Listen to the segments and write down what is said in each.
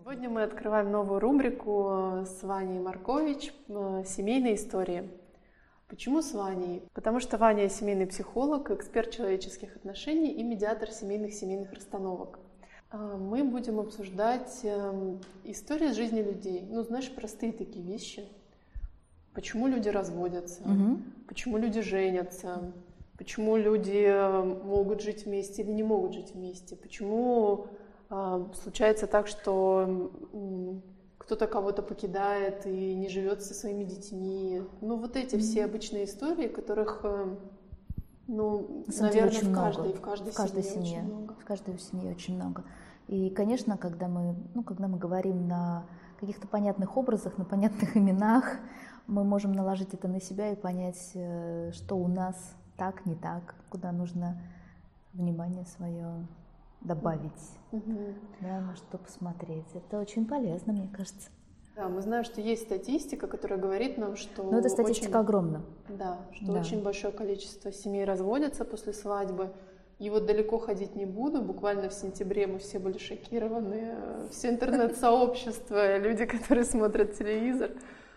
Сегодня мы открываем новую рубрику с Ваней Маркович «Семейные истории». Почему с Ваней? Потому что Ваня семейный психолог, эксперт человеческих отношений и медиатор семейных расстановок. Мы будем обсуждать истории из жизни людей. Знаешь, простые такие вещи. Почему люди разводятся, почему люди женятся, почему люди могут жить вместе или не могут жить вместе, почему случается так, что кто-то кого-то покидает и не живет со своими детьми. Вот эти все обычные истории, которых, наверное, в каждой семье очень много. В каждой семье очень много. И, конечно, когда мы говорим на каких-то понятных образах, на понятных именах, мы можем наложить это на себя и понять, что у нас так, не так, куда нужно внимание свое добавить, на что посмотреть. Это очень полезно, мне кажется. Да, мы знаем, что есть статистика, которая говорит нам, что... Но эта статистика огромна. Да, что очень большое количество семей разводятся после свадьбы. И далеко ходить не буду. Буквально в сентябре мы все были шокированы. Все интернет-сообщество, люди, которые смотрят телевизор.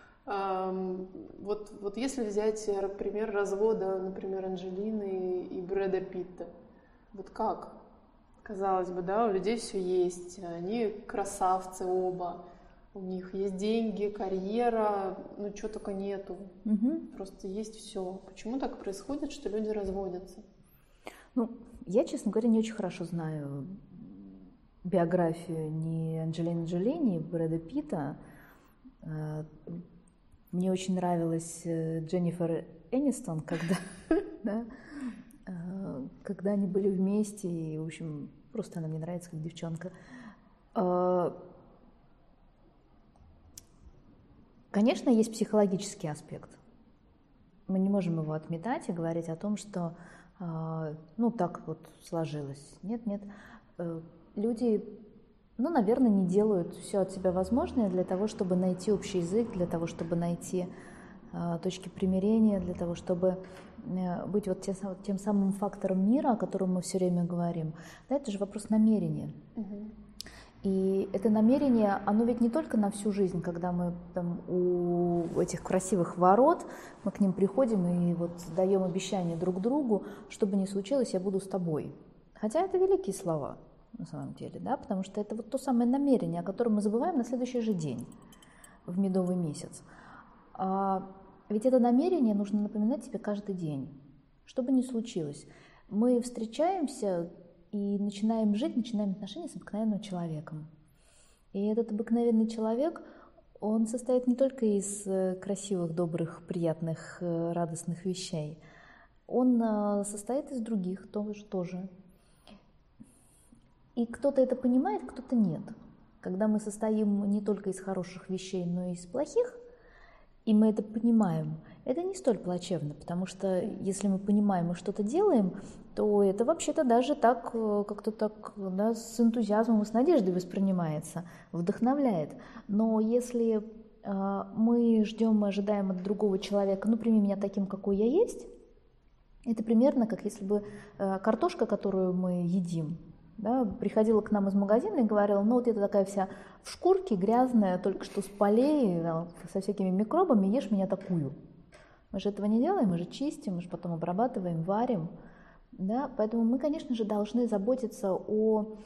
Вот если взять пример развода, например, Анджелины и Брэда Питта. Как? Казалось бы, у людей все есть, они красавцы оба, у них есть деньги, карьера, чего только нету, просто есть все. Почему так происходит, что люди разводятся? Я, честно говоря, не очень хорошо знаю биографию ни Анджелины Джоли, ни Брэда Питта. Мне очень нравилась Дженнифер Энистон, когда они были вместе, и, в общем, просто она мне нравится как девчонка. Конечно, есть психологический аспект. Мы не можем его отметать и говорить о том, что так сложилось. Нет. Люди, наверное, не делают все от себя возможное для того, чтобы найти общий язык, для того, чтобы найти точки примирения, для того, чтобы быть тем самым фактором мира, о котором мы все время говорим. Это же вопрос намерения. И это намерение, оно ведь не только на всю жизнь, когда мы у этих красивых ворот, мы к ним приходим и даем обещание друг другу, что бы ни случилось, я буду с тобой. Хотя это великие слова, на самом деле, потому что это то самое намерение, о котором мы забываем на следующий же день, в медовый месяц. Ведь это намерение нужно напоминать себе каждый день, что бы ни случилось. Мы встречаемся и начинаем жить, начинаем отношения с обыкновенным человеком. И этот обыкновенный человек, он состоит не только из красивых, добрых, приятных, радостных вещей. Он состоит из других тоже. И кто-то это понимает, кто-то нет. Когда мы состоим не только из хороших вещей, но и из плохих, и мы это понимаем, это не столь плачевно, потому что если мы понимаем и что-то делаем, то это вообще-то даже как-то так, с энтузиазмом и с надеждой воспринимается, вдохновляет. Но если мы ждем и ожидаем от другого человека, прими меня таким, какой я есть, это примерно как если бы картошка, которую мы едим, приходила к нам из магазина и говорила, я такая вся в шкурке, грязная, только что с полей, со всякими микробами, ешь меня такую. Мы же этого не делаем, мы же чистим, мы же потом обрабатываем, варим. Поэтому мы, конечно же, должны заботиться об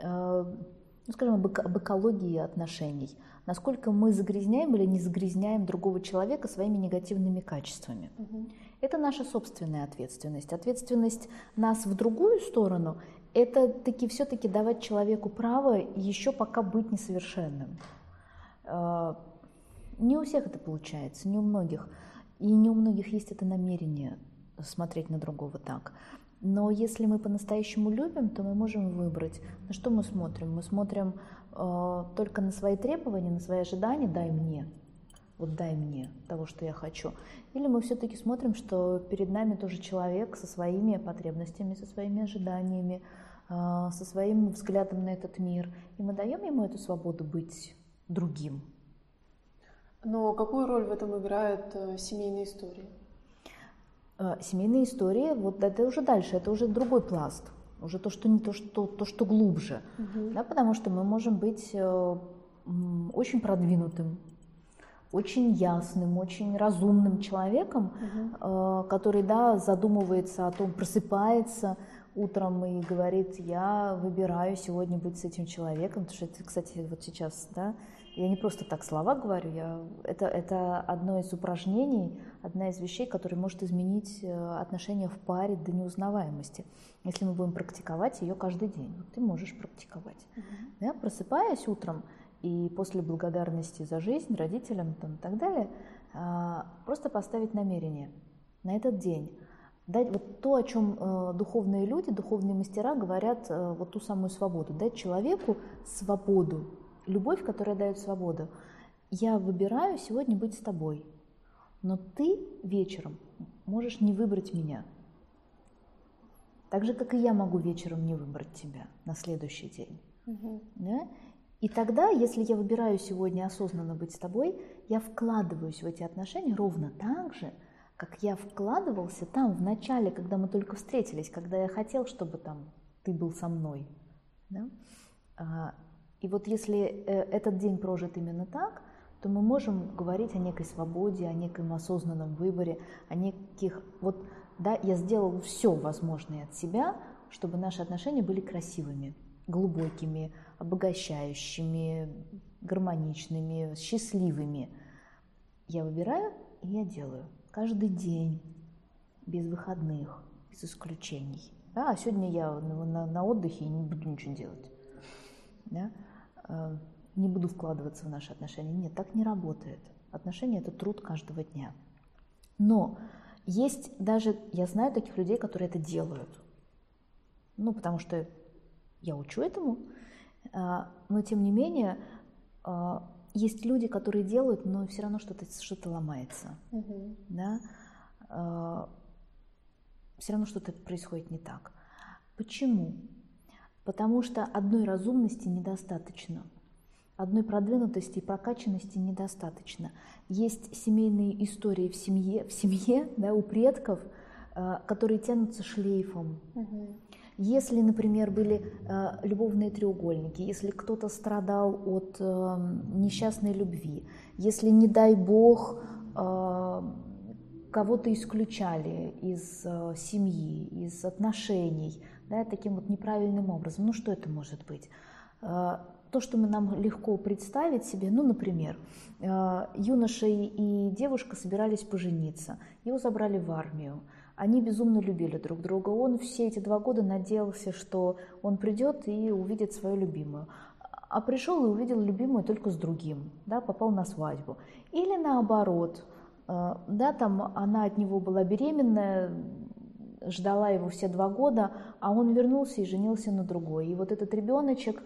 экологии отношений. Насколько мы загрязняем или не загрязняем другого человека своими негативными качествами. Это наша собственная ответственность. Ответственность нас в другую сторону – это все-таки давать человеку право еще пока быть несовершенным. Не у всех это получается, не у многих. И не у многих есть это намерение смотреть на другого так. Но если мы по-настоящему любим, то мы можем выбрать. На что мы смотрим? Мы смотрим только на свои требования, на свои ожидания «дай мне». Дай мне того, что я хочу. Или мы все-таки смотрим, что перед нами тоже человек со своими потребностями, со своими ожиданиями, со своим взглядом на этот мир. И мы даем ему эту свободу быть другим. Но какую роль в этом играют семейные истории? Семейные истории, это уже дальше, это уже другой пласт. Уже то, что глубже. Потому что мы можем быть очень продвинутым, очень ясным, очень разумным человеком, который, да, задумывается о том, просыпается утром и говорит: я выбираю сегодня быть с этим человеком. Потому что это, кстати, вот сейчас, да, я не просто так слова говорю, это одно из упражнений, одна из вещей, которая может изменить отношения в паре до неузнаваемости, если мы будем практиковать ее каждый день. Вот ты можешь практиковать. Да, просыпаясь утром, и после благодарности за жизнь родителям там, и так далее, просто поставить намерение на этот день. Дать вот то, о чем духовные люди, духовные мастера говорят, вот ту самую свободу. Дать человеку свободу, любовь, которая дает свободу. Я выбираю сегодня быть с тобой, но ты вечером можешь не выбрать меня. Так же, как и я могу вечером не выбрать тебя на следующий день. Да? И тогда, если я выбираю сегодня осознанно быть с тобой, я вкладываюсь в эти отношения ровно так же, как я вкладывался там в начале, когда мы только встретились, когда я хотел, чтобы там ты был со мной. Да? И вот если этот день прожит именно так, то мы можем говорить о некой свободе, о неком осознанном выборе, о неких... Вот, да, я сделал все возможное от себя, чтобы наши отношения были красивыми, глубокими, обогащающими, гармоничными, счастливыми. Я выбираю, и я делаю. Каждый день, без выходных, без исключений. Да, а сегодня я на отдыхе и не буду ничего делать. Да? Не буду вкладываться в наши отношения. Нет, так не работает. Отношения – это труд каждого дня. Но есть даже, я знаю таких людей, которые это делают. Потому что я учу этому, но тем не менее есть люди, которые делают, но все равно что-то ломается. Да? Все равно что-то происходит не так. Почему? Потому что одной разумности недостаточно, одной продвинутости и прокачанности недостаточно. Есть семейные истории в семье, да, у предков, которые тянутся шлейфом. Если, например, были любовные треугольники, если кто-то страдал от несчастной любви, если, не дай бог, кого-то исключали из семьи, из отношений, да, таким вот неправильным образом, что это может быть? То, что нам легко представить себе, например, юноша и девушка собирались пожениться, его забрали в армию. Они безумно любили друг друга. Он все эти 2 года надеялся, что он придет и увидит свою любимую. А пришел и увидел любимую только с другим, да, попал на свадьбу. Или наоборот, да, там она от него была беременная, ждала его все 2 года, а он вернулся и женился на другой. И вот этот ребеночек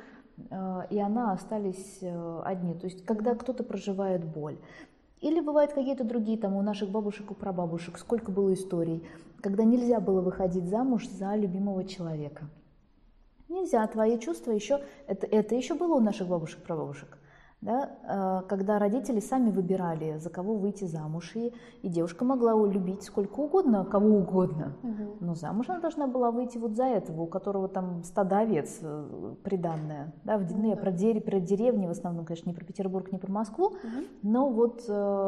и она остались одни. То есть когда кто-то проживает боль. Или бывают какие-то другие, там у наших бабушек и прабабушек, сколько было историй, когда нельзя было выходить замуж за любимого человека. Нельзя, твои чувства еще, это еще было у наших бабушек и прабабушек. Да? Когда родители сами выбирали, за кого выйти замуж, и девушка могла любить сколько угодно, кого угодно, но замуж она должна была выйти вот за этого, у которого там стадо овец приданное. Да? Про деревни в основном, конечно, не про Петербург, не про Москву, но вот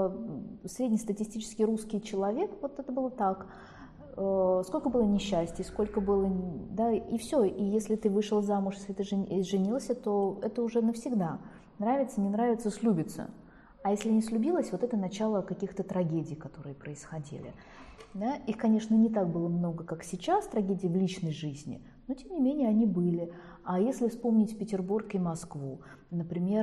среднестатистический русский человек, вот это было так. Сколько было несчастья, сколько было, да, и все. И если ты вышел замуж, если ты женился, то это уже навсегда. Нравится, не нравится, слюбится. А если не слюбилась, вот это начало каких-то трагедий, которые происходили. Да? Их, конечно, не так было много, как сейчас, трагедий в личной жизни, но тем не менее они были. А если вспомнить Петербург и Москву, например,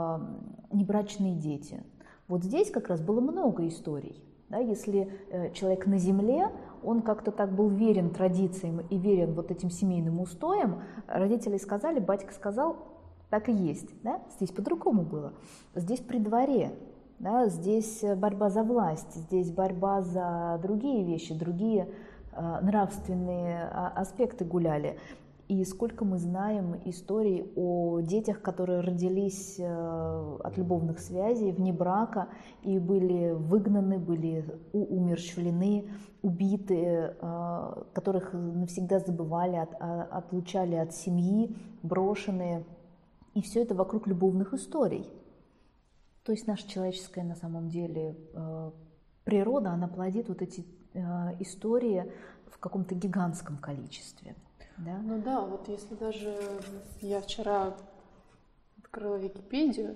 небрачные дети, вот здесь как раз было много историй. Да? Если человек на земле, он как-то так был верен традициям и верен вот этим семейным устоям, родители сказали, батька сказал, так и есть. Да? Здесь по-другому было. Здесь при дворе, да? Здесь борьба за власть, здесь борьба за другие вещи, другие нравственные аспекты гуляли. И сколько мы знаем историй о детях, которые родились от любовных связей, вне брака, и были выгнаны, были умерщвлены, убиты, которых навсегда забывали, отлучали от семьи, брошенные. И все это вокруг любовных историй. То есть наша человеческая на самом деле природа, она плодит вот эти истории в каком-то гигантском количестве. Да? Ну да, вот если даже я вчера открыла Википедию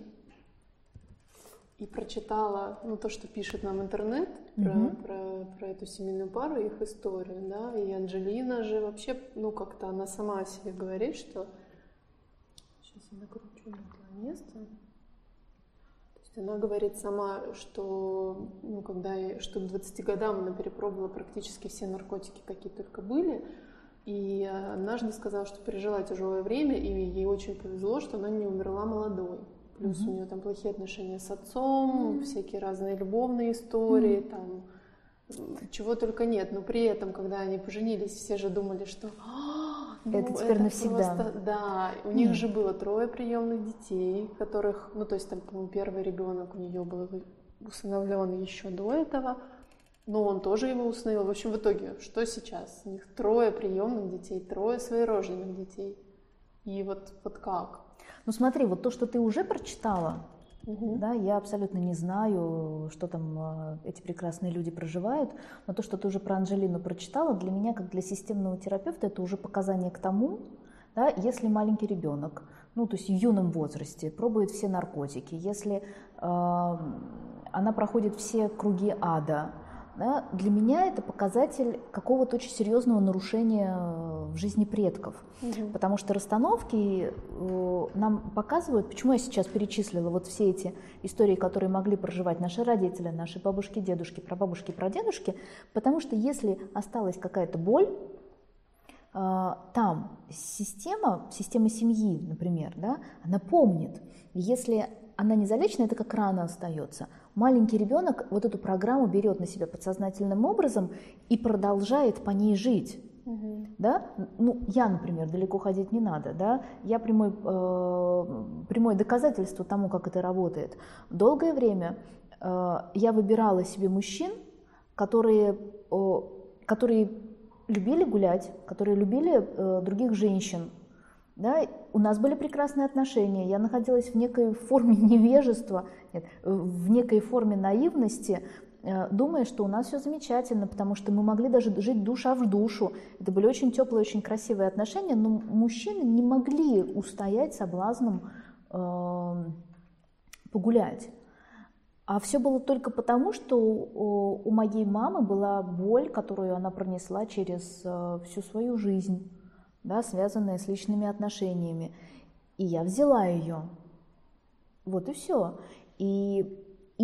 и прочитала то, что пишет нам интернет про эту семейную пару, их историю, да, и Анджелина же вообще, как-то она сама о себе говорит, что... Сейчас я накручу на это место. То есть она говорит сама, что, что к 20 годам она перепробовала практически все наркотики, какие только были, и однажды сказала, что пережила тяжелое время, и ей очень повезло, что она не умерла молодой. Плюс у нее там плохие отношения с отцом, всякие разные любовные истории, там чего только нет. Но при этом, когда они поженились, все же думали, что это теперь навсегда. Просто, да, у них же было 3 приемных детей, которых, то есть там, по-моему, первый ребенок у нее был усыновлен еще до этого, но он тоже его усыновил. В общем, в итоге, что сейчас? У них 3 приемных детей, 3 своерожденных детей. И вот как? Ну смотри, вот то, что ты уже прочитала, да, я абсолютно не знаю, что там эти прекрасные люди проживают, но то, что ты уже про Анджелину прочитала, для меня, как для системного терапевта, это уже показание к тому, да, если маленький ребенок, то есть в юном возрасте, пробует все наркотики, если она проходит все круги ада, да, для меня это показатель какого-то очень серьезного нарушения в жизни предков. Потому что расстановки нам показывают, почему я сейчас перечислила вот все эти истории, которые могли проживать наши родители, наши бабушки, дедушки, прабабушки, прадедушки, потому что если осталась какая-то боль, там система семьи, например, да, она помнит. Если она не залечена, это как рана остается. Маленький ребенок вот эту программу берет на себя подсознательным образом и продолжает по ней жить. Да? Я, например, далеко ходить не надо. Да? Я прямое доказательство тому, как это работает. Долгое время я выбирала себе мужчин, которые любили гулять, которые любили других женщин. Да? У нас были прекрасные отношения, я находилась в некой форме невежества, в некой форме наивности, думая, что у нас все замечательно, потому что мы могли даже жить душа в душу. Это были очень теплые, очень красивые отношения, но мужчины не могли устоять соблазном погулять. А все было только потому, что у моей мамы была боль, которую она пронесла через всю свою жизнь, да, связанная с личными отношениями. И я взяла ее. Вот и все. И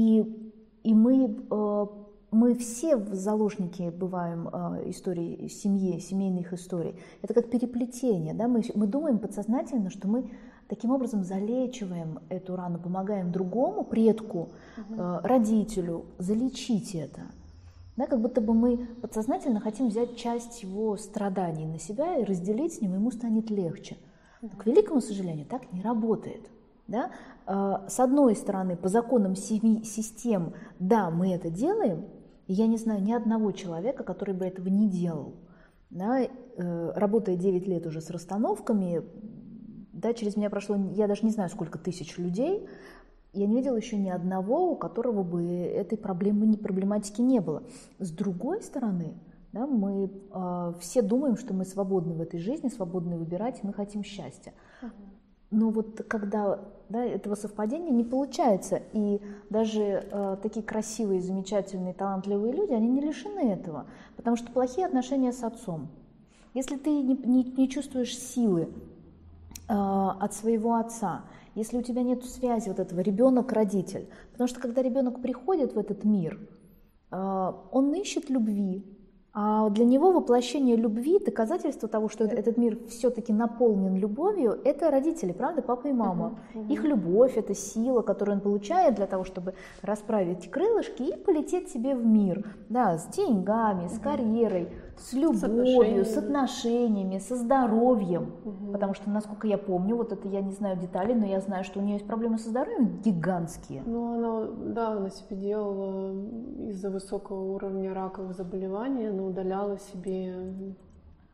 мы все заложники бываем истории семьи, семейных историй. Это как переплетение. Да? Мы думаем подсознательно, что мы таким образом залечиваем эту рану, помогаем другому предку, родителю залечить это. Да, как будто бы мы подсознательно хотим взять часть его страданий на себя и разделить с ним, и ему станет легче. Но, к великому сожалению, так не работает. Да? С одной стороны, по законам систем, да, мы это делаем, и я не знаю ни одного человека, который бы этого не делал. Да? Работая 9 лет уже с расстановками, да, через меня прошло, я даже не знаю, сколько тысяч людей, я не видела еще ни одного, у которого бы этой проблематики не было. С другой стороны, да, мы все думаем, что мы свободны в этой жизни, свободны выбирать, и мы хотим счастья. Но вот когда этого совпадения не получается, и даже такие красивые, замечательные, талантливые люди, они не лишены этого, потому что плохие отношения с отцом. Если ты не чувствуешь силы от своего отца, если у тебя нет связи вот этого ребенок-родитель, потому что когда ребенок приходит в этот мир, он ищет любви, а для него воплощение любви, доказательство того, что этот мир все-таки наполнен любовью, это родители, правда, папа и мама. Их любовь, это сила, которую он получает для того, чтобы расправить крылышки и полететь себе в мир. Да, с деньгами, с карьерой, с любовью, с отношениями, со здоровьем. Потому что, насколько я помню, вот это я не знаю деталей, но я знаю, что у нее есть проблемы со здоровьем гигантские. Она себе делала из-за высокого уровня раковых заболеваний, она удаляла себе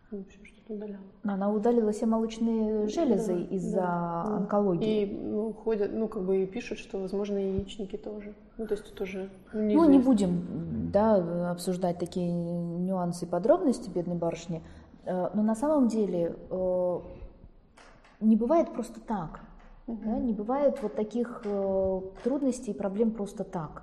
Вообще что-то удаляла. Она удалила все молочные железы из-за онкологии. И ходят, и пишут, что, возможно, яичники тоже. То есть это уже не будем, обсуждать такие нюансы и подробности бедной барышни. Но на самом деле не бывает просто так. Да, не бывает вот таких трудностей и проблем просто так.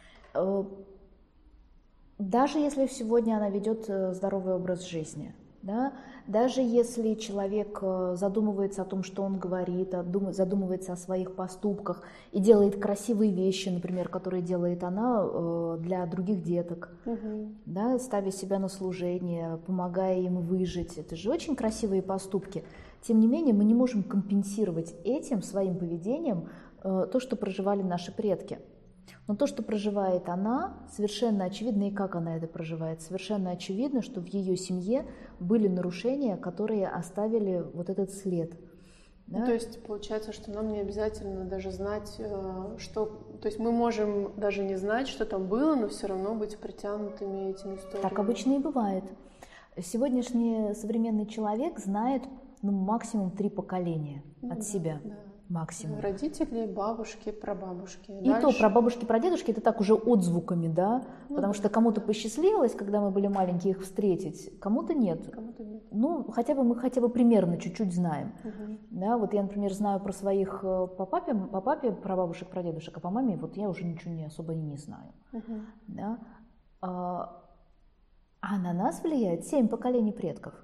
Даже если сегодня она ведет здоровый образ жизни, да, даже если человек задумывается о том, что он говорит, задумывается о своих поступках и делает красивые вещи, например, которые делает она для других деток, да, ставя себя на служение, помогая им выжить, это же очень красивые поступки. Тем не менее, мы не можем компенсировать этим своим поведением то, что проживали наши предки. Но то, что проживает она, совершенно очевидно, и как она это проживает, совершенно очевидно, что в ее семье были нарушения, которые оставили вот этот след. Да? То есть получается, что нам не обязательно даже знать, что... То есть мы можем даже не знать, что там было, но все равно быть притянутыми этими историями. Так обычно и бывает. Сегодняшний современный человек знает максимум 3 поколения от себя. Да. Максимум. Родители, бабушки, прабабушки. И дальше... то прабабушки, прадедушки это так уже отзвуками, да? Потому что кому-то посчастливилось, когда мы были маленькие, их встретить, кому-то нет. Мы хотя бы примерно чуть-чуть знаем. Да, вот я, например, знаю про своих по папе прабабушек, прадедушек, а по маме вот я уже ничего особо не знаю. Да? А на нас влияет 7 поколений предков.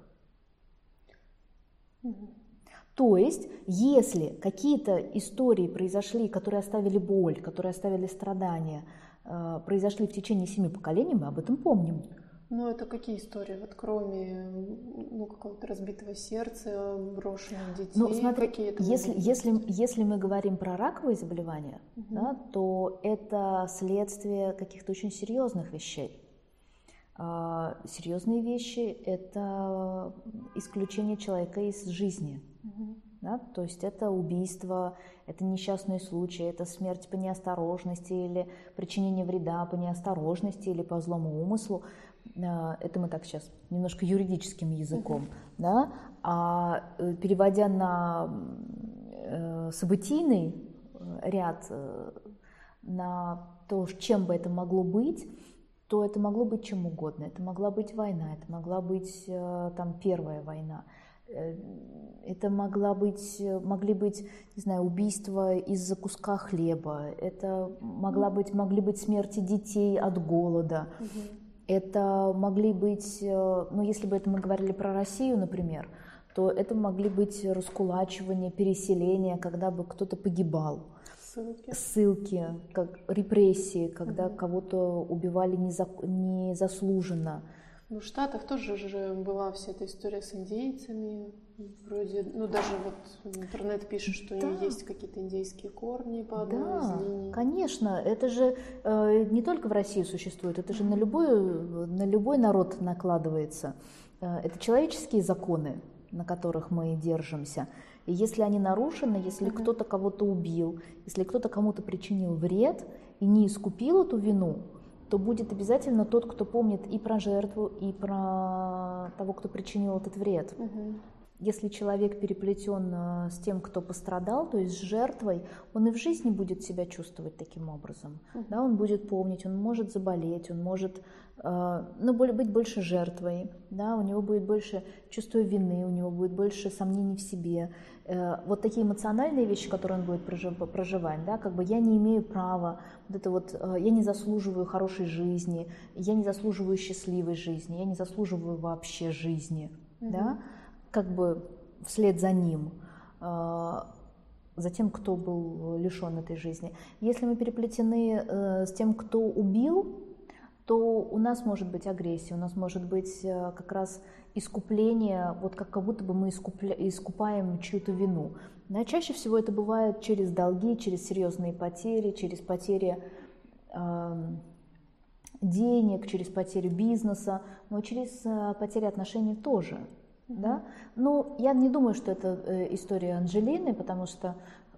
То есть, если какие-то истории произошли, которые оставили боль, которые оставили страдания, произошли в течение 7 поколений, мы об этом помним. Это какие истории? Вот кроме какого-то разбитого сердца, брошенных детей? Смотри, какие-то если мы говорим про раковые заболевания, да, то это следствие каких-то очень серьезных вещей. Серьезные вещи – это исключение человека из жизни. Да? То есть это убийство, это несчастный случай, это смерть по неосторожности или причинение вреда по неосторожности или по злому умыслу. Это мы так сейчас немножко юридическим языком. Да? А переводя на событийный ряд, на то, чем бы это могло быть, то это могло быть чем угодно. Это могла быть война, это могла быть Первая война. Это могли быть, не знаю, убийства из-за куска хлеба, это могли быть смерти детей от голода, это могли быть, если бы это мы говорили про Россию, например, то это могли быть раскулачивания, переселения, когда бы кто-то погибал. Ссылки, как репрессии, когда кого-то убивали незаслуженно. В Штатах тоже же была вся эта история с индейцами. Вроде, даже вот интернет пишет, что есть какие-то индейские корни по одной из линий. Конечно, это же не только в России существует, это же на любой народ накладывается. Это человеческие законы, на которых мы держимся. И если они нарушены, если кто-то кого-то убил, если кто-то кому-то причинил вред и не искупил эту вину, то будет обязательно тот, кто помнит и про жертву, и про того, кто причинил этот вред. Если человек переплетен с тем, кто пострадал, то есть с жертвой, он и в жизни будет себя чувствовать таким образом. Да, он будет помнить, он может заболеть, он может быть больше жертвой, да, у него будет больше чувства вины, у него будет больше сомнений в себе. Вот такие эмоциональные вещи, которые он будет проживать, да, как бы я не имею права, я не заслуживаю хорошей жизни, я не заслуживаю счастливой жизни, я не заслуживаю вообще жизни, да, как бы вслед за ним, за тем, кто был лишен этой жизни. Если мы переплетены с тем, кто убил, то у нас может быть агрессия, у нас может быть как раз искупление, вот как будто бы мы искупаем чью-то вину. Да, чаще всего это бывает через долги, через серьезные потери, через потери денег, через потерю бизнеса, но через потери отношений тоже. Да? Но я не думаю, что это история Анджелины, потому что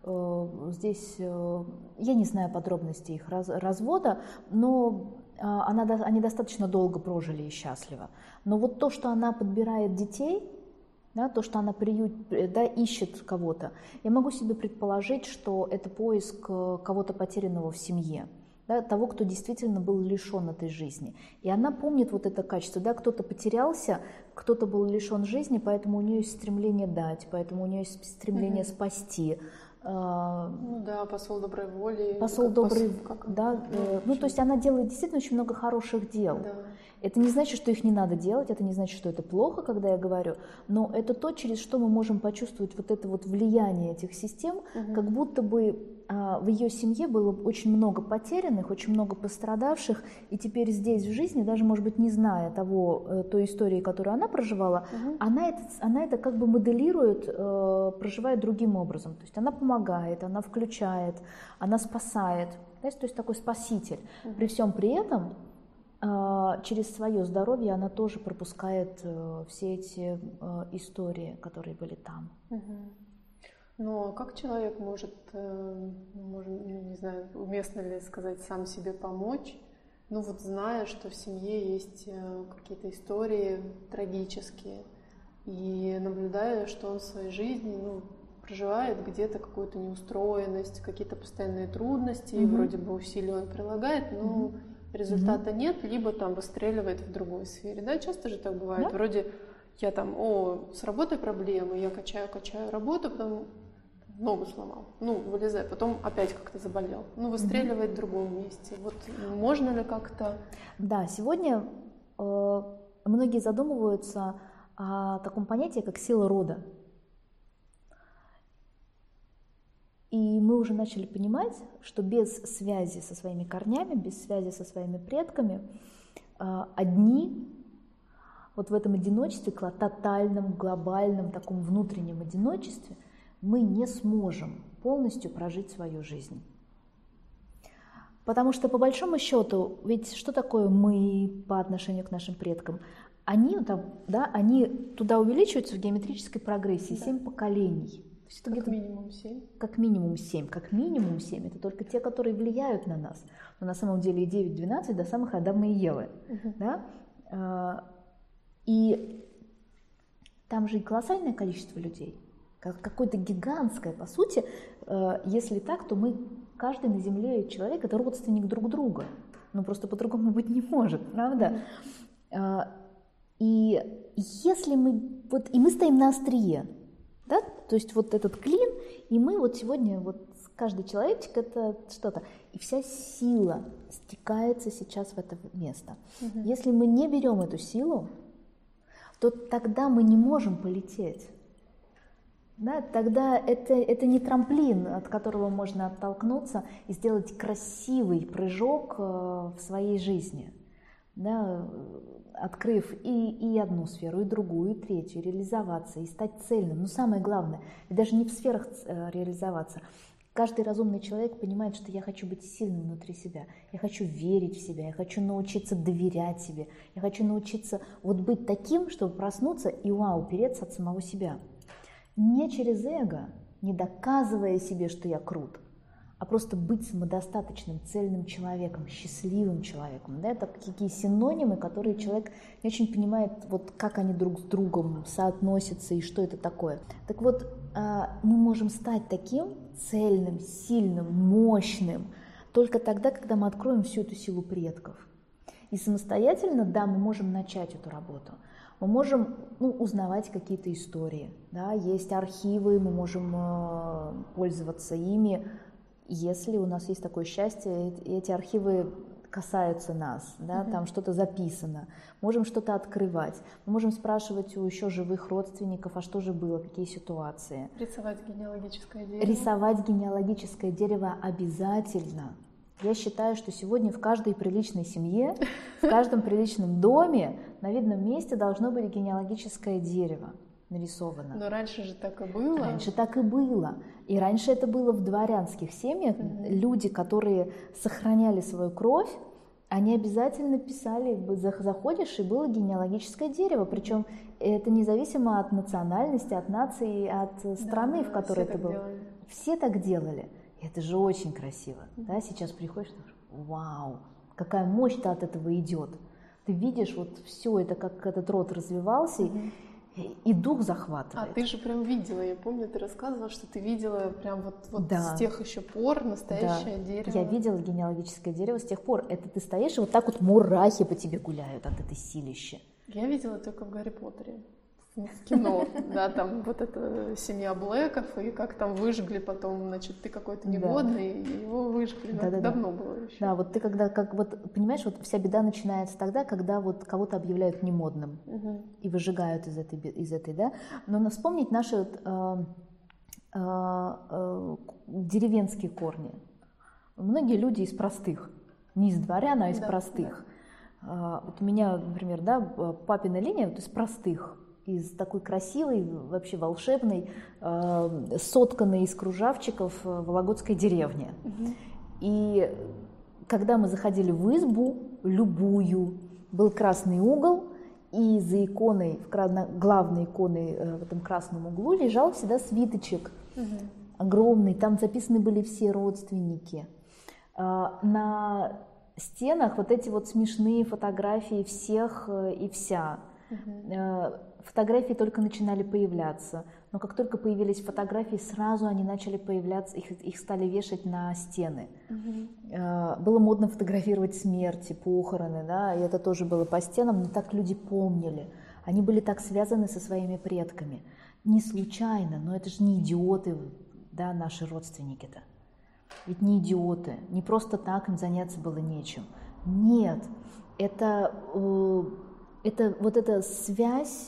Здесь я не знаю подробностей их развода, но они достаточно долго прожили и счастливо. Но вот то, что она подбирает детей, да, то, что она ищет кого-то, я могу себе предположить, что это поиск кого-то потерянного в семье. Да, того, кто действительно был лишен этой жизни. И она помнит вот это качество. Да, кто-то потерялся, кто-то был лишен жизни, поэтому у нее есть стремление дать, поэтому у нее есть стремление спасти. Ну да, посол доброй воли. Посол доброй, да. Ну, то есть она делает действительно очень много хороших дел. Да. Это не значит, что их не надо делать, это не значит, что это плохо, когда я говорю, но это то, через что мы можем почувствовать вот это вот влияние этих систем, как будто бы в ее семье было очень много потерянных, очень много пострадавших, и теперь здесь в жизни, даже, может быть, не зная той истории, которую она проживала, она это как бы моделирует, проживает другим образом. То есть она помогает, она включает, она спасает, то есть такой спаситель. При всем при этом через свое здоровье она тоже пропускает все эти истории, которые были там. Но как человек может, не знаю, уместно ли сказать, сам себе помочь, ну вот зная, что в семье есть какие-то истории трагические, и наблюдая, что он в своей жизни проживает где-то какую-то неустроенность, какие-то постоянные трудности, и вроде бы усилия он прилагает, но результата нет, либо там выстреливает в другой сфере. Да, часто же так бывает. Да? Вроде я там, с работой проблемы, я качаю работу, потом ногу сломал, вылезай, потом опять как-то заболел, выстреливает в другом месте. Вот можно ли как-то... Да, сегодня многие задумываются о таком понятии, как сила рода. И мы уже начали понимать, что без связи со своими корнями, без связи со своими предками, одни вот в этом одиночестве, тотальном, глобальном, таком внутреннем одиночестве, мы не сможем полностью прожить свою жизнь. Потому что, по большому счету, ведь что такое мы по отношению к нашим предкам? Они туда увеличиваются в геометрической прогрессии, 7 поколений. Как минимум 7. Как минимум 7. Как минимум 7. Это только те, которые влияют на нас. Но на самом деле и 9-12 до самых Адама и Евы. Да? И там же и колоссальное количество людей. Какое-то гигантское, по сути. Если так, то каждый на Земле человек — это родственник друг друга. Просто по-другому быть не может, правда? И если мы стоим на острие, да? То есть вот этот клин, и мы сегодня, каждый человечек — это что-то. И вся сила стекается сейчас в это место. Если мы не берем эту силу, то тогда мы не можем полететь. Да? Тогда это не трамплин, от которого можно оттолкнуться и сделать красивый прыжок в своей жизни. Да? Открыв и одну сферу, и другую, и третью, реализоваться, и стать цельным. Но самое главное, и даже не в сферах реализоваться. Каждый разумный человек понимает, что я хочу быть сильным внутри себя, я хочу верить в себя, я хочу научиться доверять себе, я хочу научиться быть таким, чтобы проснуться и упереться от самого себя. Не через эго, не доказывая себе, что я крут, а просто быть самодостаточным, цельным человеком, счастливым человеком. Да? Это такие синонимы, которые человек не очень понимает, как они друг с другом соотносятся и что это такое. Так вот, мы можем стать таким цельным, сильным, мощным только тогда, когда мы откроем всю эту силу предков. И самостоятельно, да, мы можем начать эту работу. Мы можем узнавать какие-то истории. Да? Есть архивы, мы можем пользоваться ими. Если у нас есть такое счастье, эти архивы касаются нас, да, там что-то записано, можем что-то открывать, мы можем спрашивать у еще живых родственников, а что же было, какие ситуации. Рисовать генеалогическое дерево. Рисовать генеалогическое дерево обязательно. Я считаю, что сегодня в каждой приличной семье, в каждом приличном доме на видном месте должно быть генеалогическое дерево нарисовано. Но раньше же так и было. Раньше так и было. И раньше это было в дворянских семьях. Люди, которые сохраняли свою кровь, они обязательно писали, заходишь, и было генеалогическое дерево. Причем это независимо от национальности, от нации, от страны, в которой это было. все так делали. И это же очень красиво. Да? Сейчас приходишь, вау, какая мощь-то от этого идет. Ты видишь вот все это, как этот род развивался, и дух захватывает. А ты же прям видела, я помню, ты рассказывала, что ты видела прям вот с тех еще пор настоящее дерево. Я видела генеалогическое дерево с тех пор. Это ты стоишь, и вот так вот мурахи по тебе гуляют от этой силищи. Я видела только в Гарри Поттере, в кино, да, там вот эта семья Блэков, и как там выжгли потом, значит, ты какой-то негодный, и его выжгли, это давно было еще. Да, вот ты когда, как вот, понимаешь, вот вся беда начинается тогда, когда вот кого-то объявляют немодным и выжигают из этой, да. Но вспомнить наши деревенские корни. Многие люди из простых, не из дворян, а из простых. Вот у меня, например, да, папина линия вот из простых, из такой красивой, вообще волшебной, сотканной из кружавчиков вологодской деревни. И когда мы заходили в избу, любую, был красный угол, и за иконой, главной иконой в этом красном углу лежал всегда свиточек огромный, там записаны были все родственники. На стенах вот эти вот смешные фотографии всех и вся. Фотографии только начинали появляться, но как только появились фотографии, сразу они начали появляться, их стали вешать на стены. Было модно фотографировать смерти, похороны, да, и это тоже было по стенам, но так люди помнили. Они были так связаны со своими предками. Не случайно, но это же не идиоты, да, наши родственники-то. Ведь не идиоты, не просто так им заняться было нечем. Нет, это вот эта связь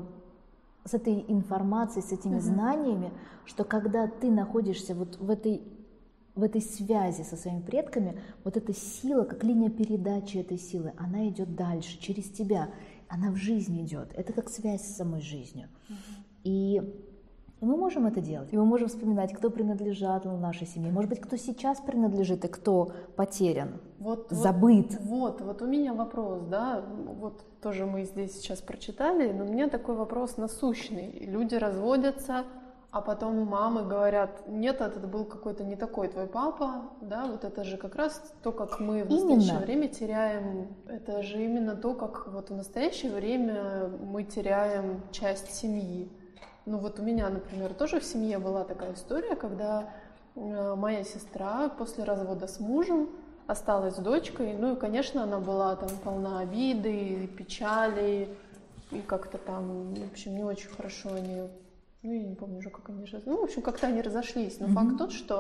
с этой информацией, с этими знаниями, что когда ты находишься вот в этой связи со своими предками, вот эта сила, как линия передачи этой силы, она идет дальше, через тебя, она в жизнь идет. Это как связь с самой жизнью. И мы можем это делать. И мы можем вспоминать, кто принадлежал нашей семье. Может быть, кто сейчас принадлежит и кто потерян, забыт. Вот у меня вопрос, да, вот тоже мы здесь сейчас прочитали, но у меня такой вопрос насущный. Люди разводятся, а потом мамы говорят, нет, это был какой-то не такой твой папа, да, вот это же как раз то, как мы в настоящее время теряем, это же именно то, как вот в настоящее время мы теряем часть семьи. Ну вот у меня, например, тоже в семье была такая история, когда моя сестра после развода с мужем осталась с дочкой, ну и, конечно, она была там полна обиды, печали, и как-то там, в общем, не очень хорошо они, ну я не помню уже, как они разошлись, ну, в общем, как-то они разошлись, но факт тот, что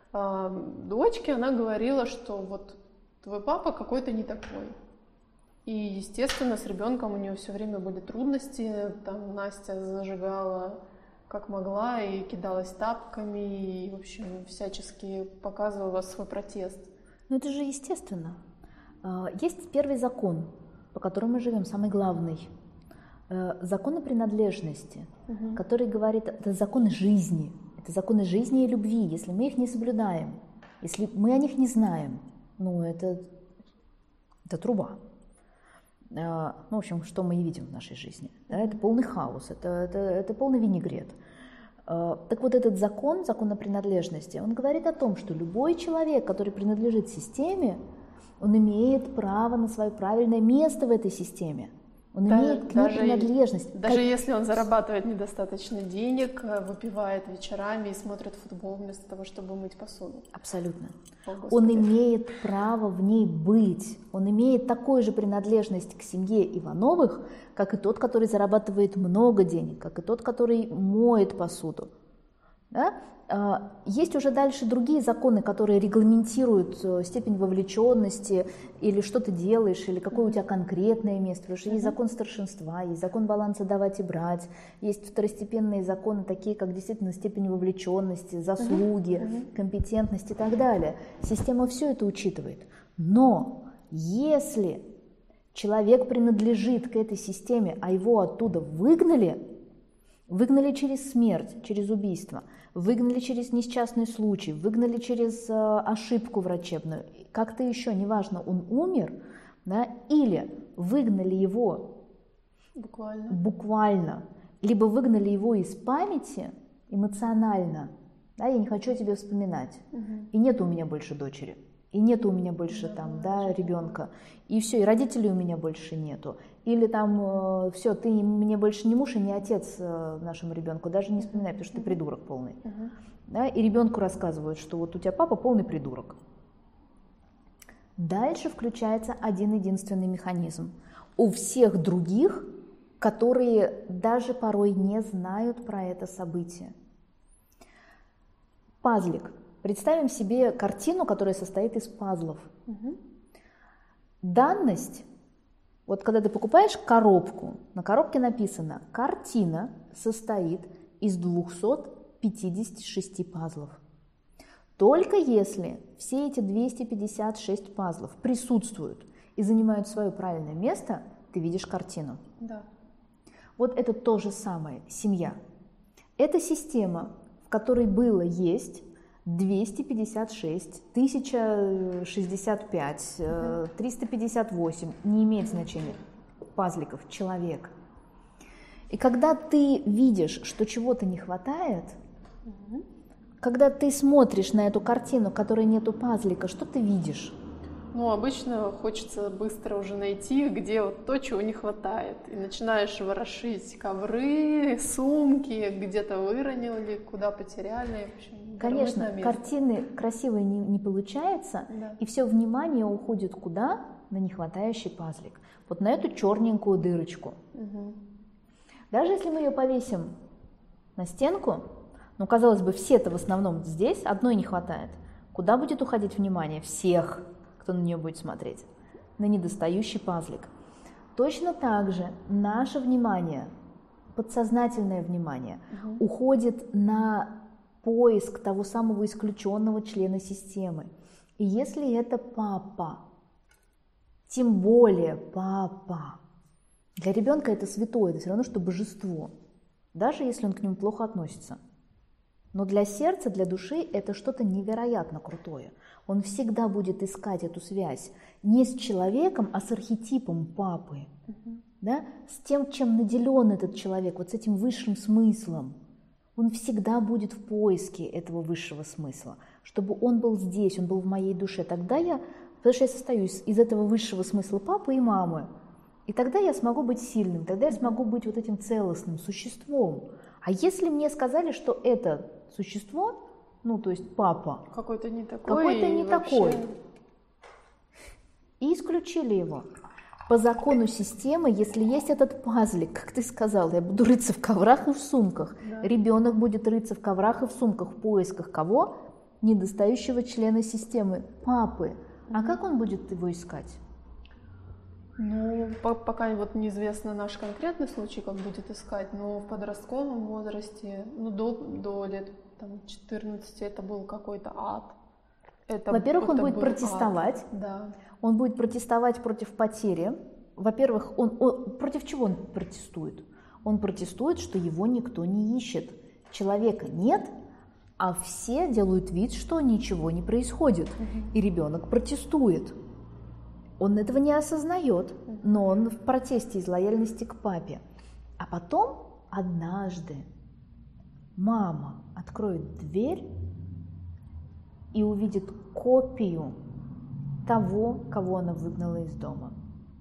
дочке она говорила, что вот твой папа какой-то не такой. И, естественно, с ребенком у нее все время были трудности. Там Настя зажигала как могла и кидалась тапками, и, в общем, всячески показывала свой протест. Ну это же естественно. Есть первый закон, по которому мы живем, самый главный. Закон о принадлежности, который говорит, это законы жизни. Это законы жизни и любви. Если мы их не соблюдаем, если мы о них не знаем, ну это труба. Ну, в общем, что мы и видим в нашей жизни. Да, это полный хаос, это полный винегрет. Так вот этот закон о принадлежности, он говорит о том, что любой человек, который принадлежит системе, он имеет право на свое правильное место в этой системе. Он имеет к ней принадлежность. Даже если он зарабатывает недостаточно денег, выпивает вечерами и смотрит футбол вместо того, чтобы мыть посуду. Абсолютно. Он имеет право в ней быть. Он имеет такую же принадлежность к семье Ивановых, как и тот, который зарабатывает много денег, как и тот, который моет посуду. Да? Есть уже дальше другие законы, которые регламентируют степень вовлеченности, или что ты делаешь, или какое у тебя конкретное место. Потому что есть закон старшинства, есть закон баланса давать и брать, есть второстепенные законы, такие как действительно степень вовлеченности, заслуги, компетентность и так далее. Система все это учитывает. Но если человек принадлежит к этой системе, а его оттуда выгнали через смерть, через убийство, выгнали через несчастный случай, выгнали через ошибку врачебную, как-то еще, неважно, он умер, да, или выгнали его буквально, либо выгнали его из памяти эмоционально, Да, я не хочу о тебе вспоминать. И нет у меня больше дочери. И нет у меня больше ребенка. И все, и родителей у меня больше нету. Или там, все, ты мне больше не муж и не отец нашему ребенку, даже не вспоминай, потому что ты придурок полный. Да, и ребенку рассказывают, что вот у тебя папа полный придурок. Дальше включается один единственный механизм. У всех других, которые даже порой не знают про это событие. Пазлик. Представим себе картину, которая состоит из пазлов. Данность, вот когда ты покупаешь коробку, на коробке написано: картина состоит из 256 пазлов. Только если все эти 256 пазлов присутствуют и занимают свое правильное место, ты видишь картину. Да. Вот это то же самое, семья. Это система, в которой было, есть 256, 1065, 358, не имеет значения, пазликов, человек. И когда ты видишь, что чего-то не хватает, когда ты смотришь на эту картину, в которой нету пазлика, что ты видишь? Ну, обычно хочется быстро уже найти, где вот то, чего не хватает. И начинаешь ворошить ковры, сумки, где-то выронили, куда потеряли. В общем, конечно, картины красивые не получается, да. И все внимание уходит куда? На нехватающий пазлик. Вот на эту черненькую дырочку. Даже если мы ее повесим на стенку, ну, казалось бы, все-то в основном здесь, одной не хватает. Куда будет уходить внимание всех, кто на нее будет смотреть? На недостающий пазлик. Точно так же наше внимание, подсознательное внимание, уходит на поиск того самого исключенного члена системы. И если это папа, тем более папа, для ребенка это святое, это все равно, что божество, даже если он к нему плохо относится. Но для сердца, для души это что-то невероятно крутое. Он всегда будет искать эту связь не с человеком, а с архетипом папы, да? С тем, чем наделен этот человек, вот с этим высшим смыслом. Он всегда будет в поиске этого высшего смысла, чтобы он был здесь, он был в моей душе. Тогда потому что я состою из этого высшего смысла папы и мамы, и тогда я смогу быть сильным, тогда я смогу быть вот этим целостным существом. А если мне сказали, что это существо, ну, то есть папа, какой-то не такой, и исключили его. По закону системы, если есть этот пазлик, как ты сказала, я буду рыться в коврах и в сумках. Да. Ребенок будет рыться в коврах и в сумках в поисках кого? Недостающего члена системы, папы. А как он будет его искать? Ну, пока вот неизвестно наш конкретный случай, как будет искать, но в подростковом возрасте, ну, до лет там, 14, это был какой-то ад. Во-первых, он будет протестовать. Да. Он будет протестовать против потери. Во-первых, он против чего он протестует? Он протестует, что его никто не ищет. Человека нет, а все делают вид, что ничего не происходит. И ребенок протестует. Он этого не осознает, но он в протесте из лояльности к папе. А потом однажды мама откроет дверь и увидит копию того, кого она выгнала из дома.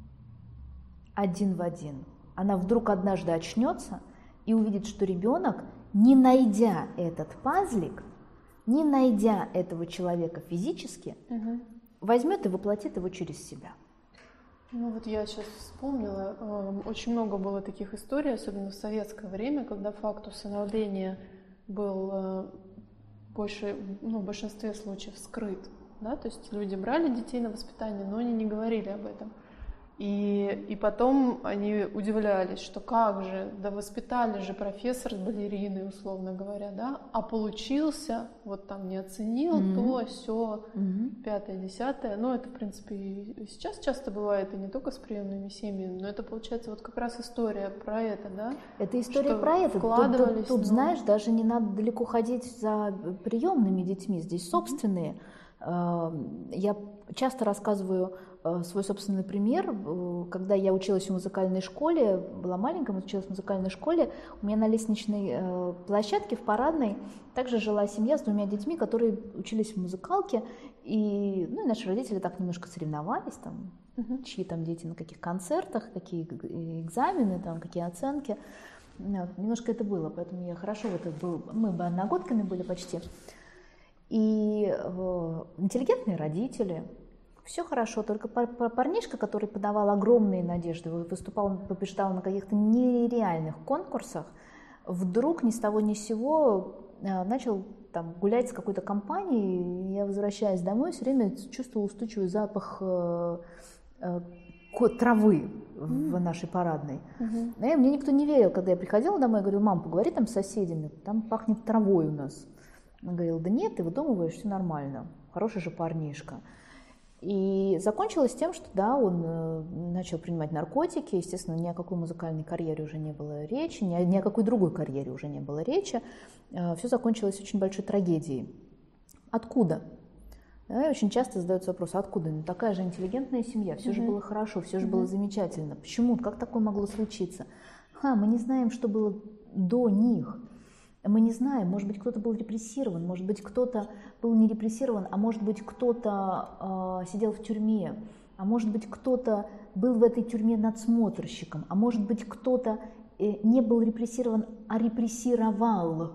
Один в один. Она вдруг однажды очнется и увидит, что ребенок, не найдя этот пазлик, не найдя этого человека физически, возьмет и воплотит его через себя. Ну вот я сейчас вспомнила, очень много было таких историй, особенно в советское время, когда факт усыновления был больше, в большинстве случаев скрыт. Да? То есть люди брали детей на воспитание, но они не говорили об этом. И потом они удивлялись, что как же, да воспитали же профессор с балериной, условно говоря, да, а получился, вот там не оценил, то, сё, пятое, десятое. Ну, это, в принципе, и сейчас часто бывает, и не только с приемными семьями, но это, получается, вот как раз история про это, да? Это история про это. Тут, знаешь, даже не надо далеко ходить за приемными детьми, здесь собственные. Я Часто рассказываю свой собственный пример. Когда я училась в музыкальной школе, была маленькая, училась в музыкальной школе, у меня на лестничной площадке в парадной также жила семья с 2 детьми, которые учились в музыкалке. И наши родители так немножко соревновались, там, чьи там дети на каких концертах, какие экзамены, там, какие оценки. Немножко это было, поэтому я хорошо мы бы одногодками были почти. И интеллигентные родители, все хорошо, только парнишка, который подавал огромные надежды, выступал, побеждал на каких-то нереальных конкурсах, вдруг ни с того ни с сего начал там гулять с какой-то компанией. Я, возвращаясь домой, все время чувствовала устойчивый запах травы в нашей парадной. И мне никто не верил, когда я приходила домой, я говорила: мам, поговори там с соседями, там пахнет травой у нас. Она говорила: да нет, ты выдумываешь, все нормально, хороший же парнишка. И закончилось тем, что да, он начал принимать наркотики, естественно, ни о какой музыкальной карьере уже не было речи, ни о какой другой карьере уже не было речи. Все закончилось очень большой трагедией. Откуда? Да, и очень часто задается вопрос: откуда? Такая же интеллигентная семья, все же было хорошо, все же было замечательно. Почему? Как такое могло случиться? Мы не знаем, что было до них. Мы не знаем, может быть, кто-то был репрессирован, может быть, кто-то был не репрессирован, а может быть, кто-то сидел в тюрьме, а может быть, кто-то был в этой тюрьме надсмотрщиком, а может быть, кто-то не был репрессирован, а репрессировал.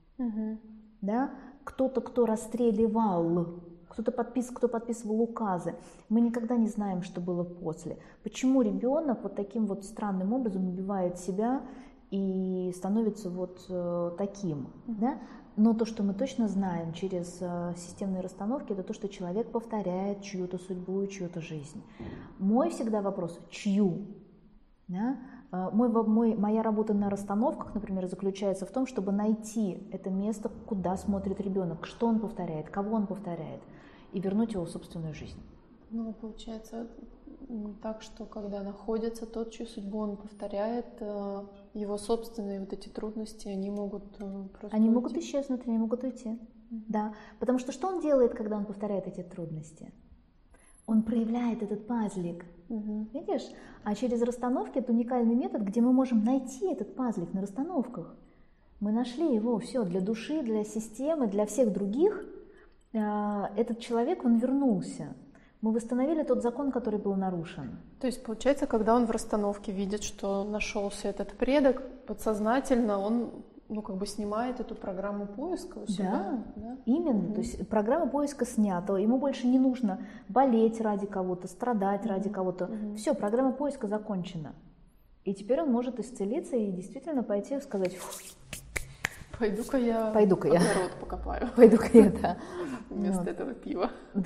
Да? Кто-то, кто расстреливал, кто подписывал указы. Мы никогда не знаем, что было после. Почему ребенок вот таким вот странным образом убивает себя и становится вот таким, да? Но то, что мы точно знаем через системные расстановки, это то, что человек повторяет чью-то судьбу и чью-то жизнь. Мой всегда вопрос: чью? Да? Моя работа на расстановках, например, заключается в том, чтобы найти это место, куда смотрит ребенок, что он повторяет, кого он повторяет, и вернуть его в собственную жизнь. Получается так, что когда находится тот, чью судьбу он повторяет, его собственные вот эти трудности, они могут просто Они могут исчезнуть, они могут уйти. Да. Потому что он делает, когда он повторяет эти трудности? Он проявляет этот пазлик. Видишь? А через расстановки это уникальный метод, где мы можем найти этот пазлик на расстановках. Мы нашли его, все, для души, для системы, для всех других. Этот человек, он вернулся. Мы восстановили тот закон, который был нарушен. То есть, получается, когда он в расстановке видит, что нашелся этот предок, подсознательно он снимает эту программу поиска у себя. Да? Именно. То есть программа поиска снята. Ему больше не нужно болеть ради кого-то, страдать ради кого-то. Все, программа поиска закончена. И теперь он может исцелиться и действительно пойти и сказать: Пойду-ка я огород покопаю. Пойду-ка я, да. Вместо этого пива.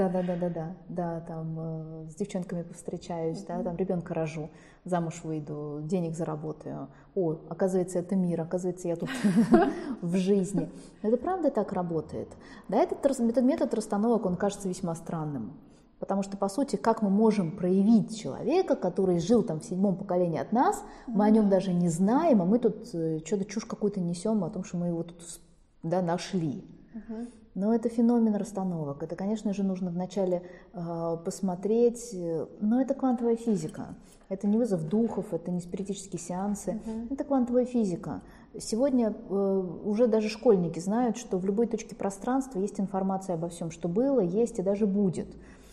Да, там с девчонками повстречаюсь, да, там ребенка рожу, замуж выйду, денег заработаю. Оказывается, это мир, оказывается, я тут в жизни. Это правда так работает. Да, этот метод расстановок, он кажется весьма странным. Потому что, по сути, как мы можем проявить человека, который жил там в 7-м поколении от нас, мы о нем даже не знаем, а мы тут что-то чушь какую-то несем о том, что мы его тут нашли. Но это феномен расстановок. Это, конечно же, нужно вначале посмотреть. Но это квантовая физика. Это не вызов духов, это не спиритические сеансы. Это квантовая физика. Сегодня уже даже школьники знают, что в любой точке пространства есть информация обо всем, что было, есть и даже будет.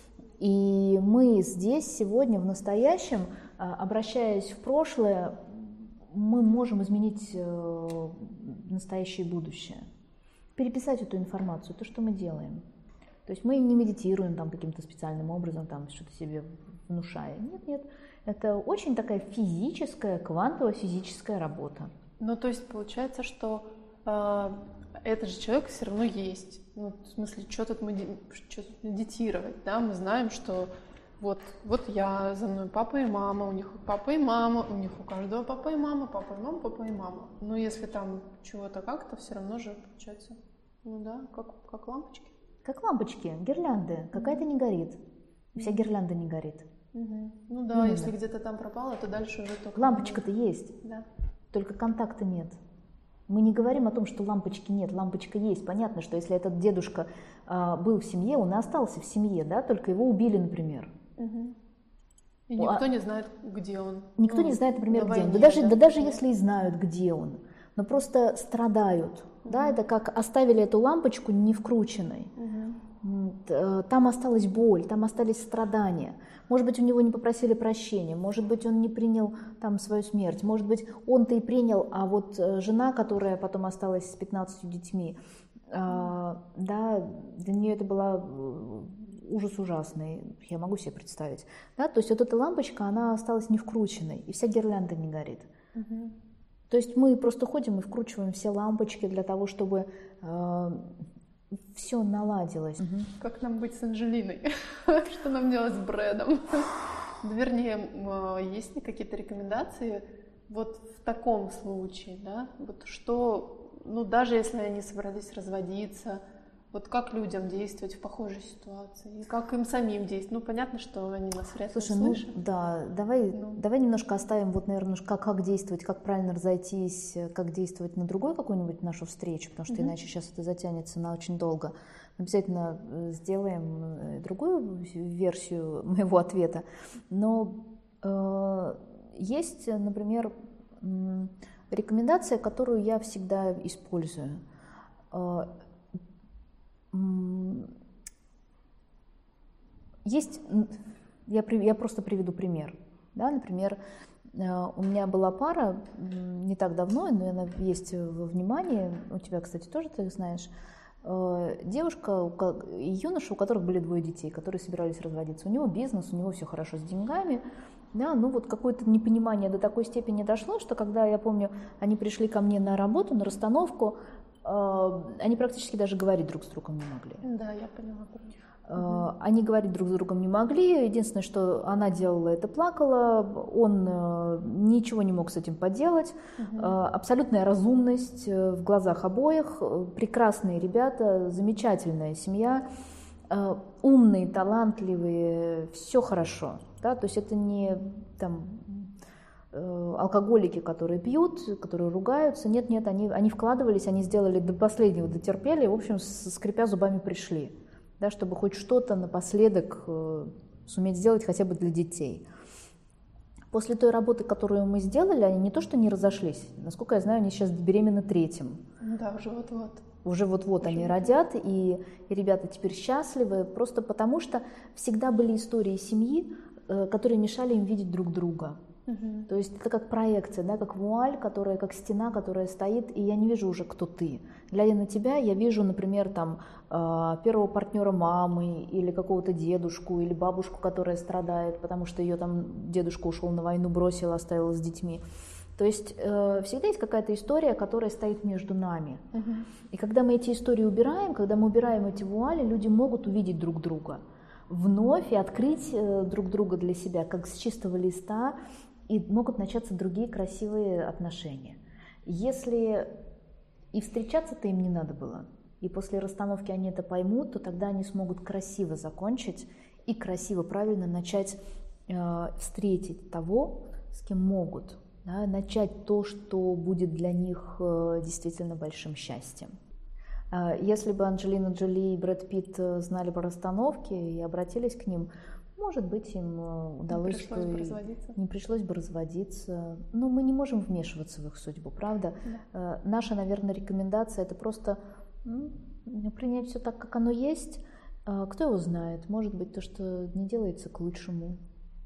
И мы здесь, сегодня, в настоящем, обращаясь в прошлое, мы можем изменить настоящее и будущее. Переписать эту информацию, то, что мы делаем. То есть мы не медитируем там каким-то специальным образом, там что-то себе внушая. Нет. Это очень такая физическая, квантово-физическая работа. То есть получается, что этот же человек все равно есть. В смысле, что тут медитировать, да? Мы знаем, что вот я, за мной папа и мама, у них папа и мама, у них у каждого папа и мама, папа и мама, папа и мама. Но если там чего-то как-то, все равно же получается, как лампочки. Как лампочки, гирлянды. Какая-то не горит. Вся гирлянда не горит. Если где-то там пропало, то дальше уже только... Лампочка-то есть, да. Только контакта нет. Мы не говорим о том, что лампочки нет, лампочка есть. Понятно, что если этот дедушка был в семье, он и остался в семье, да, только его убили, например. И никто не знает, где он. Никто не знает, например, где войне, он. Да даже если и знают, где он, но просто страдают. Да, это как оставили эту лампочку не вкрученной. Там осталась боль, там остались страдания. Может быть, у него не попросили прощения, может быть, он не принял там свою смерть, может быть, он-то и принял, а вот жена, которая потом осталась с 15 детьми, да, для нее это была ужас ужасный, я могу себе представить. Да? То есть вот эта лампочка, она осталась не вкрученной, и вся гирлянда не горит. То есть мы просто ходим и вкручиваем все лампочки для того, чтобы все наладилось. Как нам быть с Анджелиной? Что нам делать с Брэдом? Вернее, есть ли какие-то рекомендации вот в таком случае, да? Вот что, ну даже если они собрались разводиться, вот как людям действовать в похожей ситуации? И как им самим действовать? Ну, понятно, что они нас вряд ли слышат. Да, давай немножко оставим, вот, наверное, как действовать, как правильно разойтись, как действовать на другой какую-нибудь нашу встречу, потому что иначе сейчас это затянется на очень долго. Обязательно сделаем другую версию моего ответа. Но есть, например, рекомендация, которую я всегда использую. Есть, я просто приведу пример. Да, например, у меня была пара не так давно, но она есть во внимании, у тебя, кстати, тоже ты знаешь, девушка и юноша, у которых были 2 детей, которые собирались разводиться. У него бизнес, у него все хорошо с деньгами. Да, ну вот какое-то непонимание до такой степени дошло, что когда, я помню, они пришли ко мне на работу, на расстановку, они практически даже говорить друг с другом не могли. Да, я поняла. Они говорить друг с другом не могли. Единственное, что она делала, это плакала. Он ничего не мог с этим поделать. Абсолютная разумность в глазах обоих. Прекрасные ребята, замечательная семья. Умные, талантливые, все хорошо. Да? То есть это не там алкоголики, которые пьют, которые ругаются. Нет, они вкладывались, они сделали до последнего, дотерпели, в общем, скрипя зубами пришли, да, чтобы хоть что-то напоследок суметь сделать хотя бы для детей. После той работы, которую мы сделали, они не то что не разошлись, насколько я знаю, они сейчас беременны 3-м. Да, уже вот-вот. Уже вот-вот они родят, и ребята теперь счастливы, просто потому что всегда были истории семьи, которые мешали им видеть друг друга. То есть это как проекция, да, как вуаль, которая, как стена, которая стоит, и я не вижу уже, кто ты. Глядя на тебя, я вижу, например, там, первого партнера мамы, или какого-то дедушку, или бабушку, которая страдает, потому что ее там дедушка ушел на войну, бросил, оставил с детьми. То есть всегда есть какая-то история, которая стоит между нами. И когда мы эти истории убираем, когда мы убираем эти вуали, люди могут увидеть друг друга вновь и открыть друг друга для себя, как с чистого листа, и могут начаться другие красивые отношения. Если и встречаться-то им не надо было, и после расстановки они это поймут, то тогда они смогут красиво закончить и красиво, правильно начать встретить того, с кем могут, да, начать то, что будет для них действительно большим счастьем. Если бы Анджелина Джоли и Брэд Питт знали бы расстановки и обратились к ним, может быть, им удалось не пришлось бы разводиться. Но мы не можем вмешиваться в их судьбу, правда? Да. Наша, наверное, рекомендация – это просто принять все так, как оно есть. Кто его знает? Может быть, то, что не делается, к лучшему.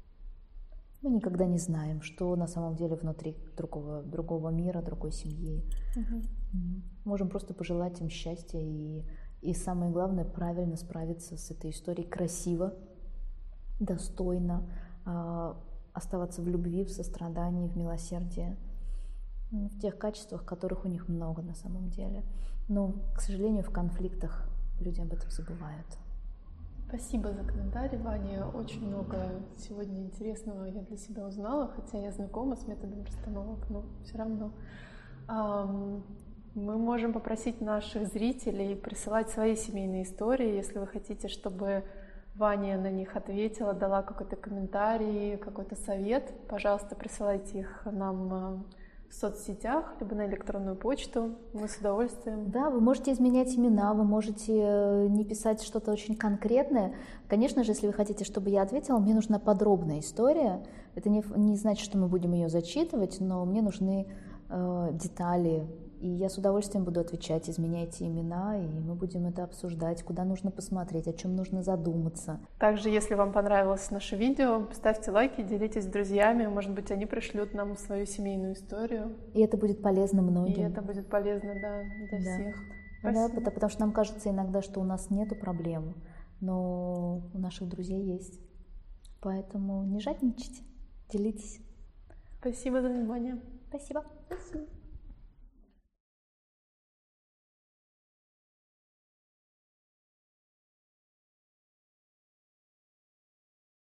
Мы никогда не знаем, что на самом деле внутри другого мира, другой семьи. Можем просто пожелать им счастья и самое главное, правильно справиться с этой историей красиво, достойно, оставаться в любви, в сострадании, в милосердии, в тех качествах, которых у них много на самом деле. Но, к сожалению, в конфликтах люди об этом забывают. Спасибо за комментарий, Ваня. Очень много сегодня интересного я для себя узнала, хотя я знакома с методом расстановок, но все равно. Мы можем попросить наших зрителей присылать свои семейные истории, если вы хотите, чтобы Ваня на них ответила, дала какой-то комментарий, какой-то совет. Пожалуйста, присылайте их нам в соцсетях, либо на электронную почту. Мы с удовольствием. Да, вы можете изменять имена, вы можете не писать что-то очень конкретное. Конечно же, если вы хотите, чтобы я ответила, мне нужна подробная история. Это не значит, что мы будем ее зачитывать, но мне нужны детали. И я с удовольствием буду отвечать, изменяйте имена, и мы будем это обсуждать, куда нужно посмотреть, о чем нужно задуматься. Также, если вам понравилось наше видео, ставьте лайки, делитесь с друзьями, может быть, они пришлют нам свою семейную историю. И это будет полезно многим. И это будет полезно, да, для всех. Да, потому что нам кажется иногда, что у нас нету проблем, но у наших друзей есть. Поэтому не жадничайте, делитесь. Спасибо за внимание. Спасибо.